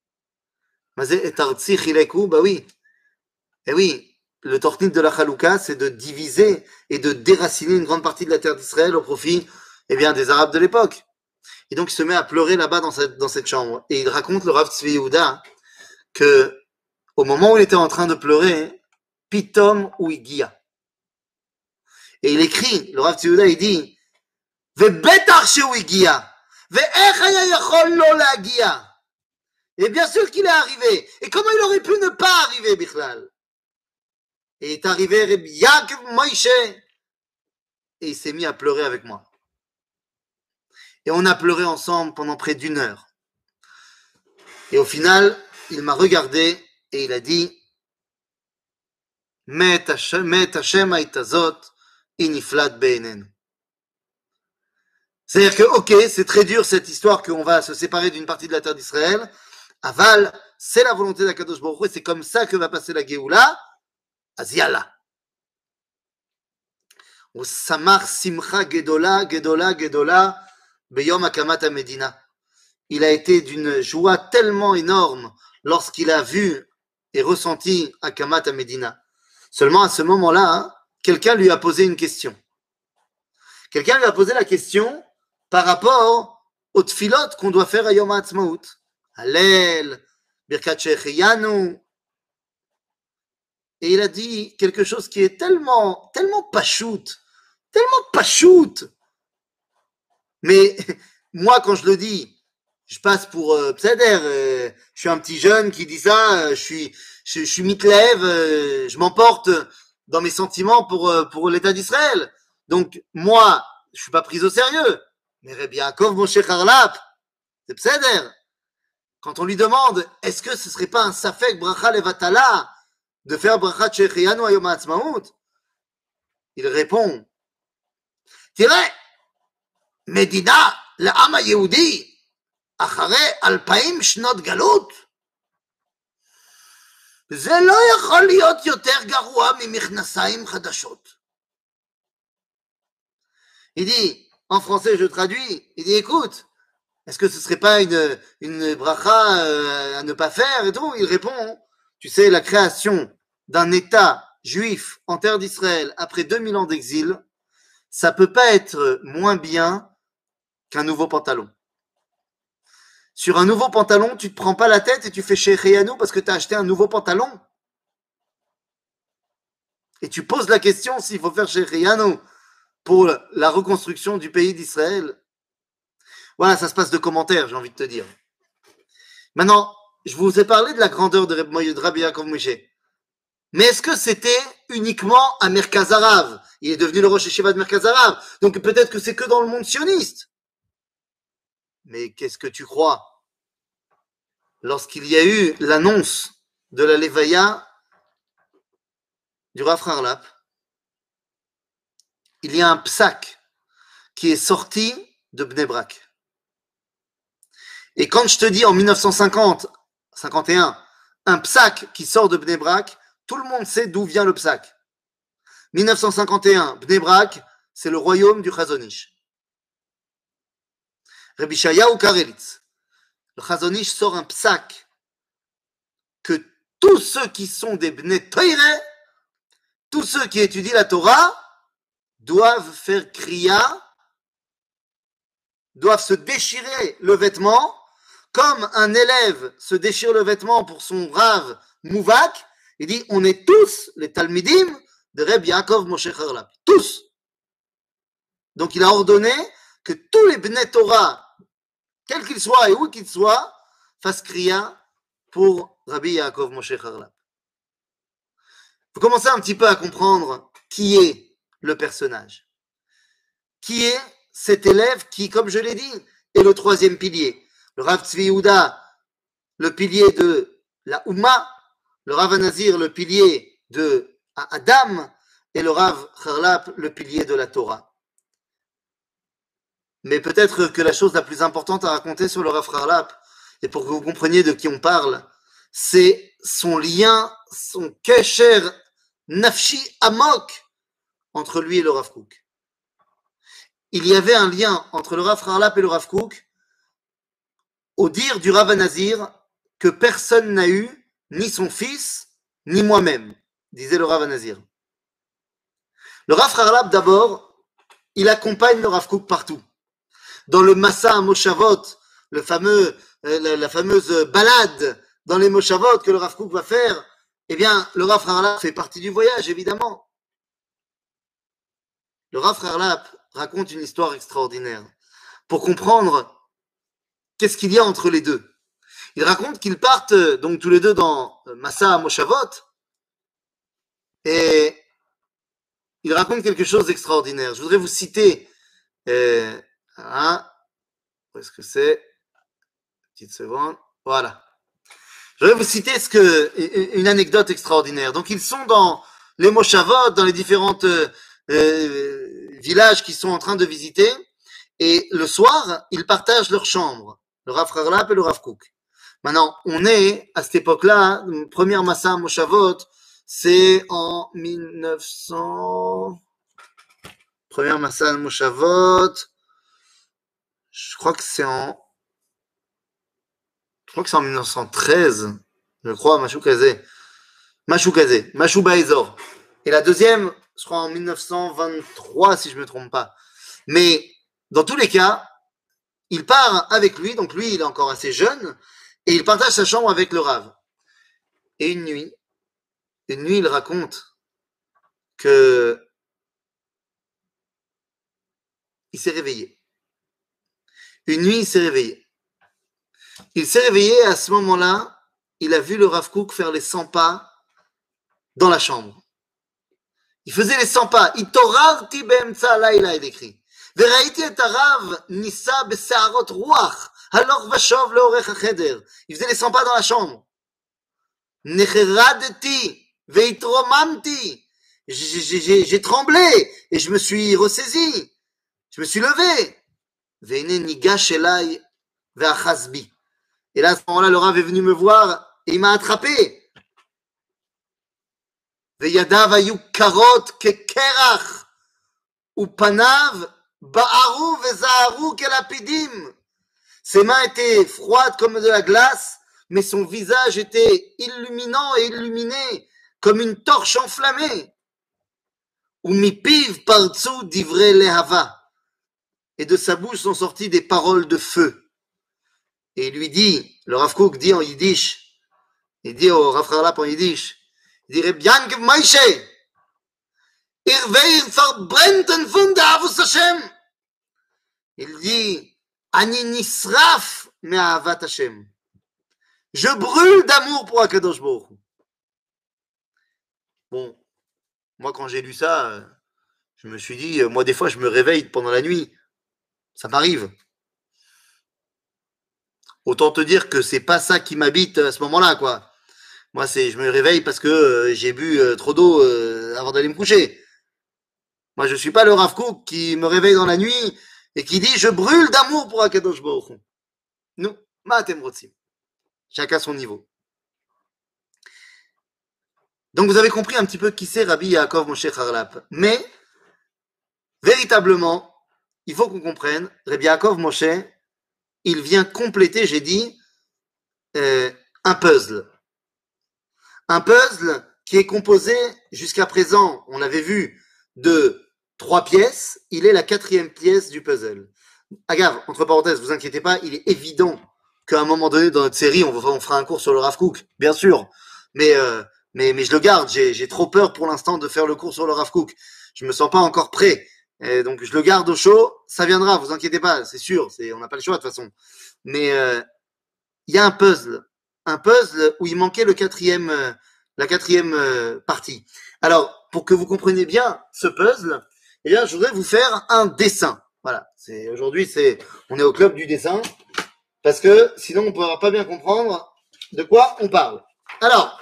Et artsi chileku, bah oui. Eh oui, le Tochnit de la Chalouka, c'est de diviser et de déraciner une grande partie de la terre d'Israël au profit, eh bien, des Arabes de l'époque. Et donc, il se met à pleurer là-bas dans cette, dans cette chambre. Et il raconte, le Rav Tzvi Yehuda, que au moment où il était en train de pleurer, Pitom ou Igia. Et il écrit, le Rav Tzvi Yehuda, il dit, Ve'betar shehu Igia, ve'ech haya yachol lo lagia. Et bien sûr qu'il est arrivé. Et comment il aurait pu ne pas arriver, Bichlal? Et est arrivé Rabbi Yaakov Moshe. Et il s'est mis à pleurer avec moi. Et on a pleuré ensemble pendant près d'une heure. Et au final, il m'a regardé et il a dit, Met Hashem haitazot iniflat be'enen. C'est-à-dire que, ok, c'est très dur cette histoire qu'on va se séparer d'une partie de la terre d'Israël. Aval, c'est la volonté d'Akadosh Baruch Hu et c'est comme ça que va passer la Géoula. Aziala. Ou samar simcha gedola, gedola, gedola, beyom akamat medina. Il a été d'une joie tellement énorme lorsqu'il a vu et ressenti Akamat Medina. Seulement à ce moment-là, hein, quelqu'un lui a posé une question. Quelqu'un lui a posé la question par rapport aux tfilot qu'on doit faire à Yom HaAtzmaut. Hallel, Birkat Shehecheyanu. Et il a dit quelque chose qui est tellement, tellement pachout, tellement pachout. Mais moi, quand je le dis, je passe pour euh, Psader, euh, je suis un petit jeune qui dit ça, euh, je suis, je, je suis Mitlev, euh, je m'emporte dans mes sentiments pour, euh, pour l'État d'Israël. Donc, moi, je suis pas pris au sérieux. Mais Rabbi Yaakov Moshe Harlap, c'est Psader. Quand on lui demande, est-ce que ce serait pas un Safek Bracha Levatala de faire Brachat Shehecheyanu Hayom HaAtzmaut? Il répond, תראה, מדינה לעם היהודי אחרי אלפיים שנות גלות, זה לא יכול להיות יותר גרוע ממכנסיים חדשות. Il dit, en français je traduis, il dit écoute, est-ce que ce serait pas une, une bracha euh, à ne pas faire et tout? Il répond, tu sais, la création d'un État juif en terre d'Israël après deux mille ans d'exil, ça peut pas être moins bien qu'un nouveau pantalon. Sur un nouveau pantalon, tu te prends pas la tête et tu fais Shehecheyanu parce que tu as acheté un nouveau pantalon. Et tu poses la question s'il faut faire Shehecheyanu pour la reconstruction du pays d'Israël. Voilà, ça se passe de commentaires, j'ai envie de te dire. Maintenant, je vous ai parlé de la grandeur de Rabbi Yaakov Moshe. Mais est-ce que c'était uniquement à Merkaz Harav? Il est devenu le Rosh Yeshiva de Merkaz Harav. Donc peut-être que c'est que dans le monde sioniste. Mais qu'est-ce que tu crois? Lorsqu'il y a eu l'annonce de la Levaya du Rav Harlap, il y a un psak qui est sorti de Bnei Brak. Et quand je te dis en mille neuf cent cinquante, cinquante et un, un psak qui sort de Bnei Brak, tout le monde sait d'où vient le psak. mille neuf cent cinquante et un, Bnei Brak, c'est le royaume du Chazon Ish. Rabbi Shayahu Karelitz, le Chazon Ish sort un psak que tous ceux qui sont des Bnei Toireh, tous ceux qui étudient la Torah, doivent faire kriya, doivent se déchirer le vêtement, comme un élève se déchire le vêtement pour son Rav Mouvak. Il dit, on est tous les Talmidim de Rabbi Yaakov Moshe Harlap. Tous. Donc il a ordonné que tous les Bnei Torah, quels qu'ils soient et où qu'ils soient, fassent kriya pour Rabbi Yaakov Moshe Harlap. Vous commencez un petit peu à comprendre qui est le personnage. Qui est cet élève qui, comme je l'ai dit, est le troisième pilier. Le Rav Tzvi Yehuda, le pilier de la Oumma, le Rav Nazir, le pilier de Adam, et le Rav Harlap, le pilier de la Torah. Mais peut-être que la chose la plus importante à raconter sur le Rav Harlap, et pour que vous compreniez de qui on parle, c'est son lien, son kesher nafshi amok entre lui et le Rav Kook. Il y avait un lien entre le Rav Harlap et le Rav Kook, au dire du Rav Nazir, que personne n'a eu, ni son fils, ni moi-même, disait le Rav Nazir. Le Rav Harlap, d'abord, il accompagne le Rav Kook partout. Dans le Massa Moshavot, le fameux, euh, la, la fameuse balade dans les Moshavot que le Rav Kook va faire, eh bien, le Rav Harlap fait partie du voyage, évidemment. Le Rav Harlap raconte une histoire extraordinaire pour comprendre qu'est-ce qu'il y a entre les deux. Il raconte qu'ils partent donc tous les deux dans Massa Moshavot et il raconte quelque chose d'extraordinaire. Je voudrais vous citer euh, hein, où est-ce que c'est? Petite seconde. Voilà. Je voudrais vous citer ce que, une anecdote extraordinaire. Donc ils sont dans les Moshavot, dans les différentes euh, villages qu'ils sont en train de visiter et le soir, ils partagent leur chambre. Le Rav Harlap et le Rav Kook. Maintenant, on est à cette époque-là, première Massa Moshavot, c'est en mille neuf cents. Première Massa Moshavot, je crois que c'est en. Je crois que c'est en mille neuf cent treize, je crois, Mashou Kazé. Mashou Kazé, Mashou Baezor. Et la deuxième, je crois en mille neuf cent vingt-trois, si je ne me trompe pas. Mais dans tous les cas, il part avec lui, donc lui il est encore assez jeune, et il partage sa chambre avec le Rav. Et une nuit, une nuit il raconte que il s'est réveillé. Une nuit il s'est réveillé. Il s'est réveillé à ce moment-là, il a vu le Rav Kook faire les cent pas dans la chambre. Il faisait les cent pas. Itorarti be'emtsa halayla, il écrit. וראיתי את הרב ניסה בסערות רוח, הלוך ושוב לאורך החדר. Il faisait les cent pas dans la chambre. נחרדתי Veitromamti. J'ai tremblé et je me suis ressaisi. Je me suis levé. Veine nigash elai ve'achazbi. Et là, à ce moment-là, le Rav est venu me voir et il m'a attrapé. Ve'yadav ayu karot kekerach upanav ba'aru ve'zaharu kelapidim. Ses mains étaient froides comme de la glace, mais son visage était illuminant et illuminé comme une torche enflammée. Umipiv partsu divrei lehava. Et de sa bouche sont sorties des paroles de feu. Et il lui dit, le Rav Kook dit en yiddish, il dit au Rav Harlap en yiddish, il dit, Reb Yankiv Moshe, ir veir verbrennten von der Avos Hashem. Il dit, Ani nisraf me'ahavat Hashem. Je brûle d'amour pour Akadosh Baruch Hu. Bon, moi quand j'ai lu ça, je me suis dit, moi des fois je me réveille pendant la nuit. Ça m'arrive. Autant te dire que c'est pas ça qui m'habite à ce moment-là, quoi. Moi, c'est, je me réveille parce que euh, j'ai bu euh, trop d'eau euh, avant d'aller me coucher. Moi, je suis pas le Rav Kook qui me réveille dans la nuit et qui dit je brûle d'amour pour Akadosh Baruch Hu. Nous, ma'atem rotzim. Chacun son niveau. Donc, vous avez compris un petit peu qui c'est Rabbi Yaakov Moshe Harlap. Mais, véritablement, il faut qu'on comprenne, Rabbi Yaakov Moshe, il vient compléter, j'ai dit, euh, un puzzle. Un puzzle qui est composé, jusqu'à présent, on l'avait vu, de trois pièces. Il est la quatrième pièce du puzzle. Agave, entre parenthèses, vous inquiétez pas, il est évident qu'à un moment donné dans notre série, on, va, on fera un cours sur le Rav Kook, bien sûr. Mais, euh, mais, mais je le garde, j'ai, j'ai trop peur pour l'instant de faire le cours sur le Rav Kook. Je me sens pas encore prêt. Et donc je le garde au chaud, ça viendra, vous inquiétez pas, c'est sûr, c'est, on n'a pas le choix de toute façon. Mais euh, il y a un puzzle, un puzzle où il manquait le quatrième, euh, la quatrième euh, partie. Alors, pour que vous compreniez bien ce puzzle, eh bien, je voudrais vous faire un dessin. Voilà, c'est aujourd'hui, c'est, on est au club du dessin, parce que sinon on ne pourra pas bien comprendre de quoi on parle. Alors.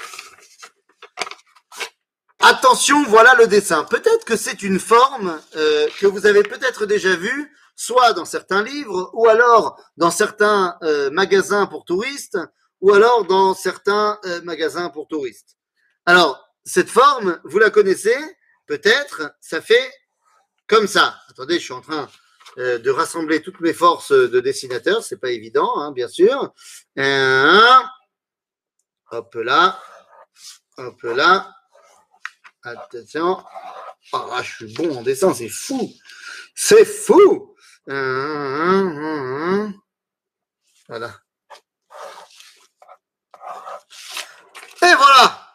Attention, voilà le dessin. Peut-être que c'est une forme euh, que vous avez peut-être déjà vue, soit dans certains livres, ou alors dans certains euh, magasins pour touristes, ou alors dans certains euh, magasins pour touristes. Alors, cette forme, vous la connaissez, peut-être, ça fait comme ça. Attendez, je suis en train euh, de rassembler toutes mes forces de dessinateur, c'est pas évident, hein, bien sûr. Euh, hop là, hop là. Attention. Ah, je suis bon en dessin, c'est fou. C'est fou. Voilà. Et voilà.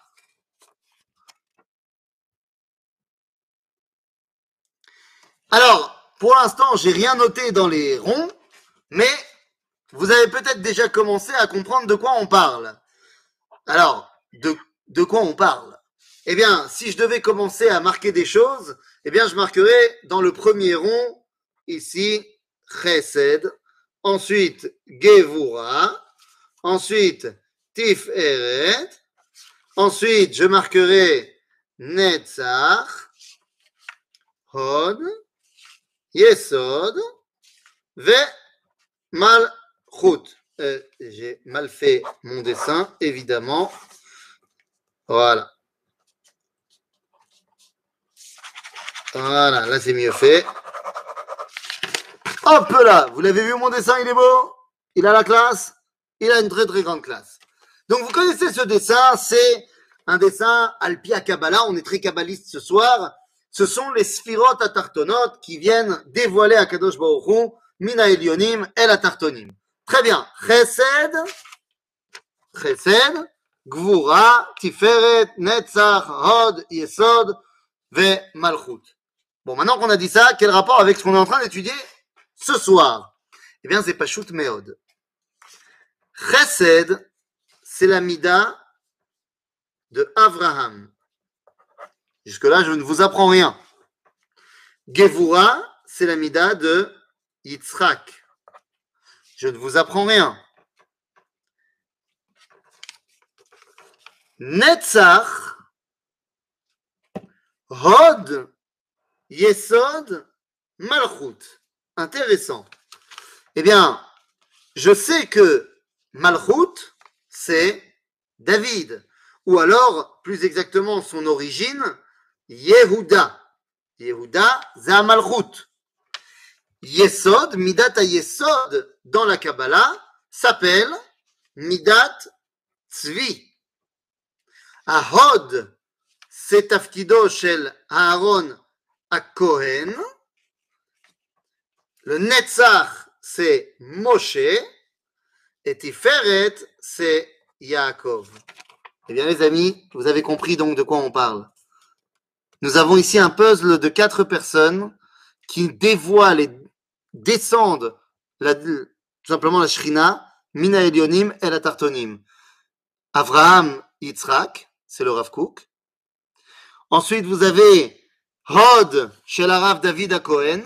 Alors, pour l'instant, j'ai rien noté dans les ronds, mais vous avez peut-être déjà commencé à comprendre de quoi on parle. Alors, de, de quoi on parle? Eh bien, si je devais commencer à marquer des choses, eh bien, je marquerais dans le premier rond, ici, Chesed, ensuite, Gevura, ensuite, Tiferet, ensuite, je marquerai Netzach, Hod, Yesod, Ve, Malchut. Euh, j'ai mal fait mon dessin, évidemment. Voilà. Voilà, là c'est mieux fait. Hop là, vous l'avez vu mon dessin, il est beau? Il a la classe? Il a une très très grande classe. Donc vous connaissez ce dessin, c'est un dessin Alpia Kabbalah, on est très kabbaliste ce soir. Ce sont les Sphirot Atartonot qui viennent dévoiler à Kadosh Baruch Hu, Mina Elyonim El Atartonim. Très bien, Chesed, Chesed, Gvura, Tiferet, Netzach, Hod, Yesod, Ve Malchut. Bon, maintenant qu'on a dit ça, quel rapport avec ce qu'on est en train d'étudier ce soir? Eh bien, c'est Pashut Meod. Chesed, c'est la mida de Avraham. Jusque-là, je ne vous apprends rien. Gevura, c'est la mida de Yitzhak. Je ne vous apprends rien. Netzach, Hod, Yesod, Malchut. Intéressant. Eh bien, je sais que Malchut, c'est David. Ou alors, plus exactement, son origine, Yehuda. Yehuda, c'est Malchut. Yesod, Midat Yesod, dans la Kabbalah, s'appelle Midat Tzvi. Ahod, c'est Tafkido shel Aaron HaKohen. Le Netzach, c'est Moshe. Et Tiferet, c'est Yaakov. Eh bien, les amis, vous avez compris donc de quoi on parle. Nous avons ici un puzzle de quatre personnes qui dévoilent et descendent la, tout simplement la Shrina, Mina Elionim et la Tartonim. Avraham Yitzhak, c'est le Rav Kook. Ensuite, vous avez Hod chez le Rav David HaKohen.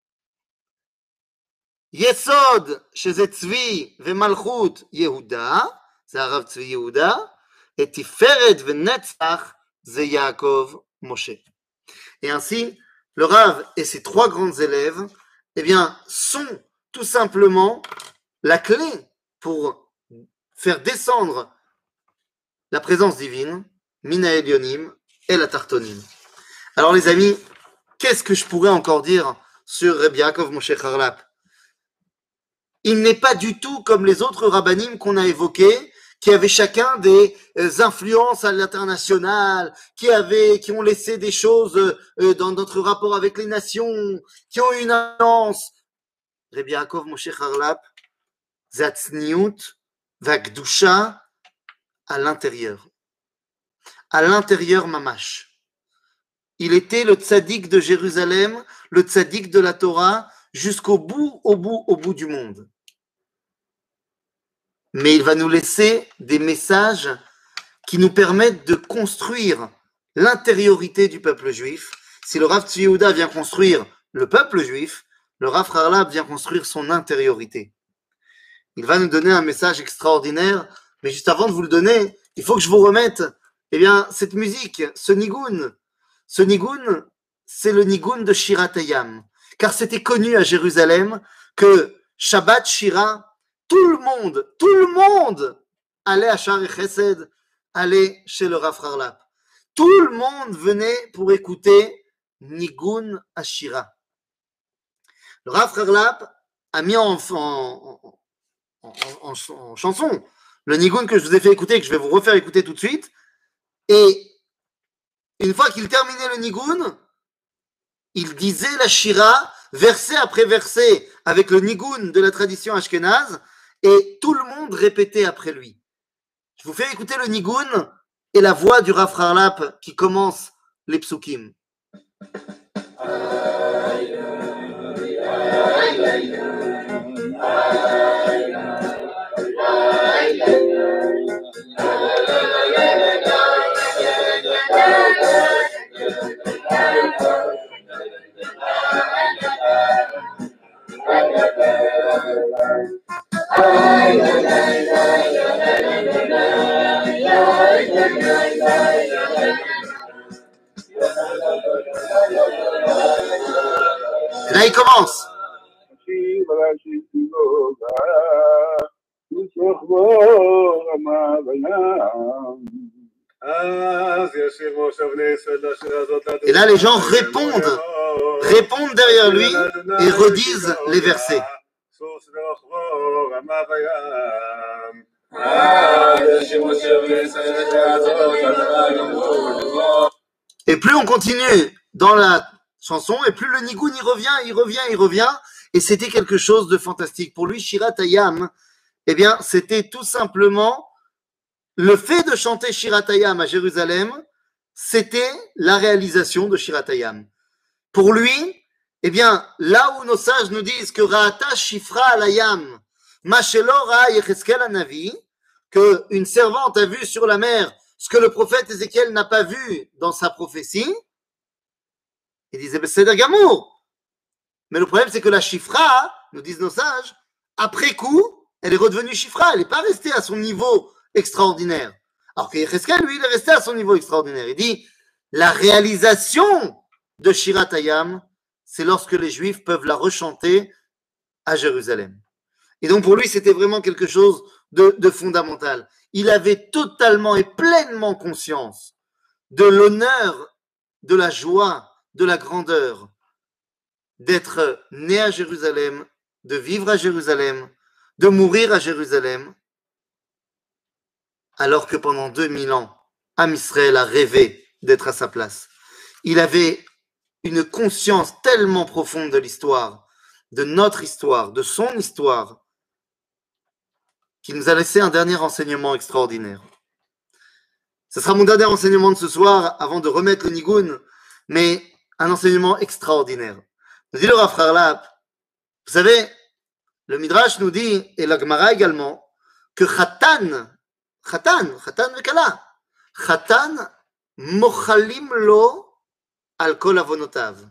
Yesod chez Tzvi ve Malchut Yehuda, c'est Rav Tzvi Yehuda. Et Tiferet ve Netzach, c'est Yaakov Moshe. Et ainsi, le Rav et ses trois grands élèves, eh bien, sont tout simplement la clé pour faire descendre la présence divine, Mina Elionim et la Tartonim. Alors les amis, qu'est-ce que je pourrais encore dire sur Rabbi Yaakov Moshe Harlap? Il n'est pas du tout comme les autres rabbanim qu'on a évoqués, qui avaient chacun des euh, influences à l'international, qui avaient, qui ont laissé des choses euh, dans notre rapport avec les nations, qui ont une influence. Rabbi Yaakov Moshe Harlap, Zatzniut, Vagdusha, à l'intérieur. À l'intérieur, mamash. Il était le tzaddik de Jérusalem, le tzaddik de la Torah, jusqu'au bout, au bout, au bout du monde. Mais il va nous laisser des messages qui nous permettent de construire l'intériorité du peuple juif. Si le Rav Tzvi Yehuda vient construire le peuple juif, le Rav Harlap vient construire son intériorité. Il va nous donner un message extraordinaire, mais juste avant de vous le donner, il faut que je vous remette, eh bien, cette musique, ce nigoun. Ce nigoun, c'est le nigoun de Shirat Hayam, car c'était connu à Jérusalem que Shabbat Shira, tout le monde, tout le monde allait à Sha'arei Chesed, allait chez le Rav Harlap. Tout le monde venait pour écouter Nigun Ashira. Le Rav Harlap a mis en, en, en, en, en chanson le Nigun que je vous ai fait écouter, que je vais vous refaire écouter tout de suite. Et une fois qu'il terminait le Nigun, il disait la Shira, verset après verset, avec le Nigun de la tradition ashkénaze, et tout le monde répétait après lui. Je vous fais écouter le Nigun et la voix du Rav Harlap qui commence les psukim. Et là, il commence. Et là, les gens répondent, répondent derrière lui et redisent les versets. Et plus on continue dans la chanson, et plus le Nigun il revient, il revient, il revient, et c'était quelque chose de fantastique. Pour lui, Shirat Hayam, eh bien, c'était tout simplement le fait de chanter Shirat Hayam à Jérusalem, c'était la réalisation de Shirat Hayam. Pour lui, eh bien, là où nos sages nous disent que Ra'ata Shifra Alayam, Mashelo Ra Yecheskel Hanavi, que une servante a vu sur la mer ce que le prophète Ézéchiel n'a pas vu dans sa prophétie, il disait, ben, c'est d'Agamour. Mais le problème, c'est que la Shifra, nous disent nos sages, après coup, elle est redevenue Shifra, elle n'est pas restée à son niveau extraordinaire. Alors que Yecheskel, lui, il est resté à son niveau extraordinaire. Il dit, La réalisation de Shirat Hayam, c'est lorsque les Juifs peuvent la rechanter à Jérusalem. Et donc pour lui, c'était vraiment quelque chose de, de fondamental. Il avait totalement et pleinement conscience de l'honneur, de la joie, de la grandeur d'être né à Jérusalem, de vivre à Jérusalem, de mourir à Jérusalem, alors que pendant deux mille ans, Am Israël a rêvé d'être à sa place. Il avait une conscience tellement profonde de l'histoire, de notre histoire, de son histoire, qu'il nous a laissé un dernier enseignement extraordinaire. Ce sera mon dernier enseignement de ce soir, avant de remettre le nigoun, mais un enseignement extraordinaire. Nous dit le Rav Harlap, vous savez, le Midrash nous dit, et la Gemara également, que Khatan, Khatan, Khatan Vekala, Khatan mochalim lo al kol avonotav.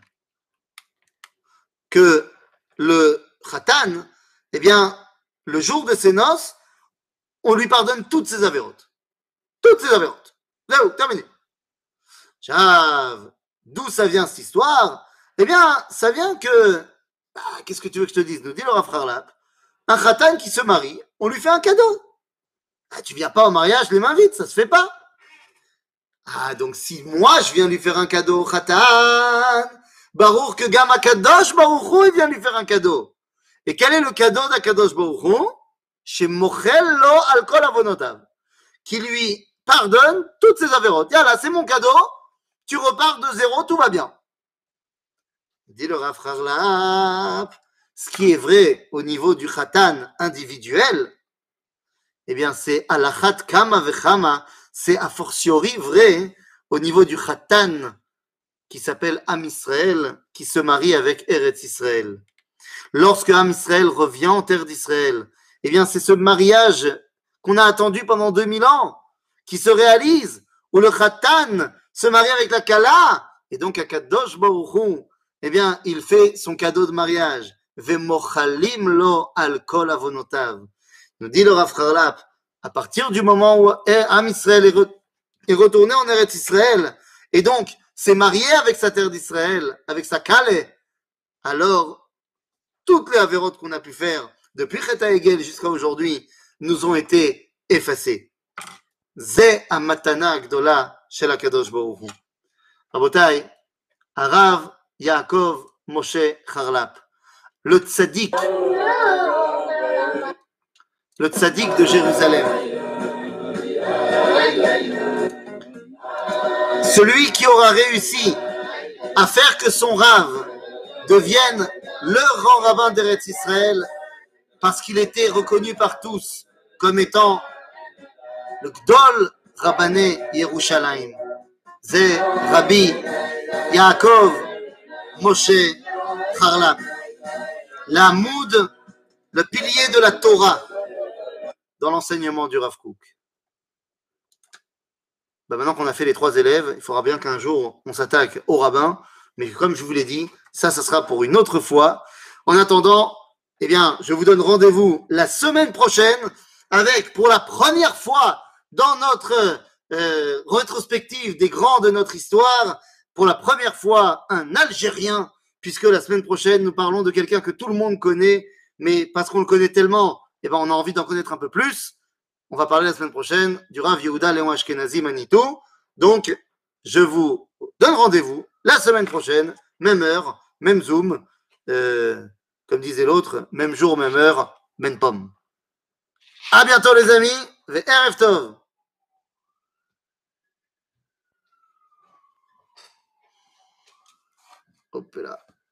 Que le Khatan, eh bien, le jour de ses noces, on lui pardonne toutes ses avérotes. Toutes ses avérotes. Là, terminé. Chav, d'où ça vient cette histoire? Eh bien, ça vient que, bah, qu'est-ce que tu veux que je te dise? Nous dit le Rav Harlap, un Khatan qui se marie, on lui fait un cadeau. Ah, tu viens pas au mariage les mains vides, ça se fait pas. Ah, donc si moi je viens lui faire un cadeau, Khatan, Baruch que Gam Akadosh Baruch Hu, il vient lui faire un cadeau. Et quel est le cadeau d'Akadosh Baruch Hu? Chez Mochel lo al kol avonotav, qui lui pardonne toutes ses avérotes. Là, c'est mon cadeau, tu repars de zéro, tout va bien. Dit le Rav Harlap, ce qui est vrai au niveau du Khatan individuel, eh bien, c'est alachat kama vechama, c'est a fortiori vrai au niveau du Khatan qui s'appelle Am Israël, qui se marie avec Eretz Israël. Lorsque Am Israël revient en terre d'Israël, eh bien, c'est ce mariage qu'on a attendu pendant deux mille ans qui se réalise, où le Khatan se marie avec la Kala, et donc Akadosh Baruch Hu, eh bien, il fait son cadeau de mariage. Vemochalim lo al kol avonotav. Nous dit le Rav Harlap, à partir du moment où Am Israël est, re, est retourné en Eretz Israël, et donc s'est marié avec sa terre d'Israël, avec sa Kale, alors toutes les avérotes qu'on a pu faire depuis Chet HaEgel jusqu'à aujourd'hui nous ont été effacées. Ze amatana agdola shel HaKadosh Baruch Hu. Rabotai, Harav Yaakov Moshe Harlap, le tzaddik, le tzaddik de Jérusalem, celui qui aura réussi à faire que son Rav devienne le grand rabbin d'Eretz Israël parce qu'il était reconnu par tous comme étant le Gdol Rabbané Yerushalayim. C'est Rabbi Yaakov Moshe Harlap, la moud, le pilier de la Torah dans l'enseignement du Rav Kook. Ben maintenant qu'on a fait les trois élèves, il faudra bien qu'un jour on s'attaque au rabbin, mais comme je vous l'ai dit, ça, ça sera pour une autre fois. En attendant, eh bien, je vous donne rendez-vous la semaine prochaine avec, pour la première fois dans notre euh, rétrospective des grands de notre histoire, pour la première fois, un Algérien, puisque la semaine prochaine, nous parlons de quelqu'un que tout le monde connaît, mais parce qu'on le connaît tellement, eh ben, on a envie d'en connaître un peu plus. On va parler la semaine prochaine du Rav Yehuda Léon Ashkenazi Manitou. Donc, je vous donne rendez-vous la semaine prochaine, même heure, même Zoom, euh, comme disait l'autre, même jour, même heure, même pomme. À bientôt les amis, Ve'erev Tov. Hop là.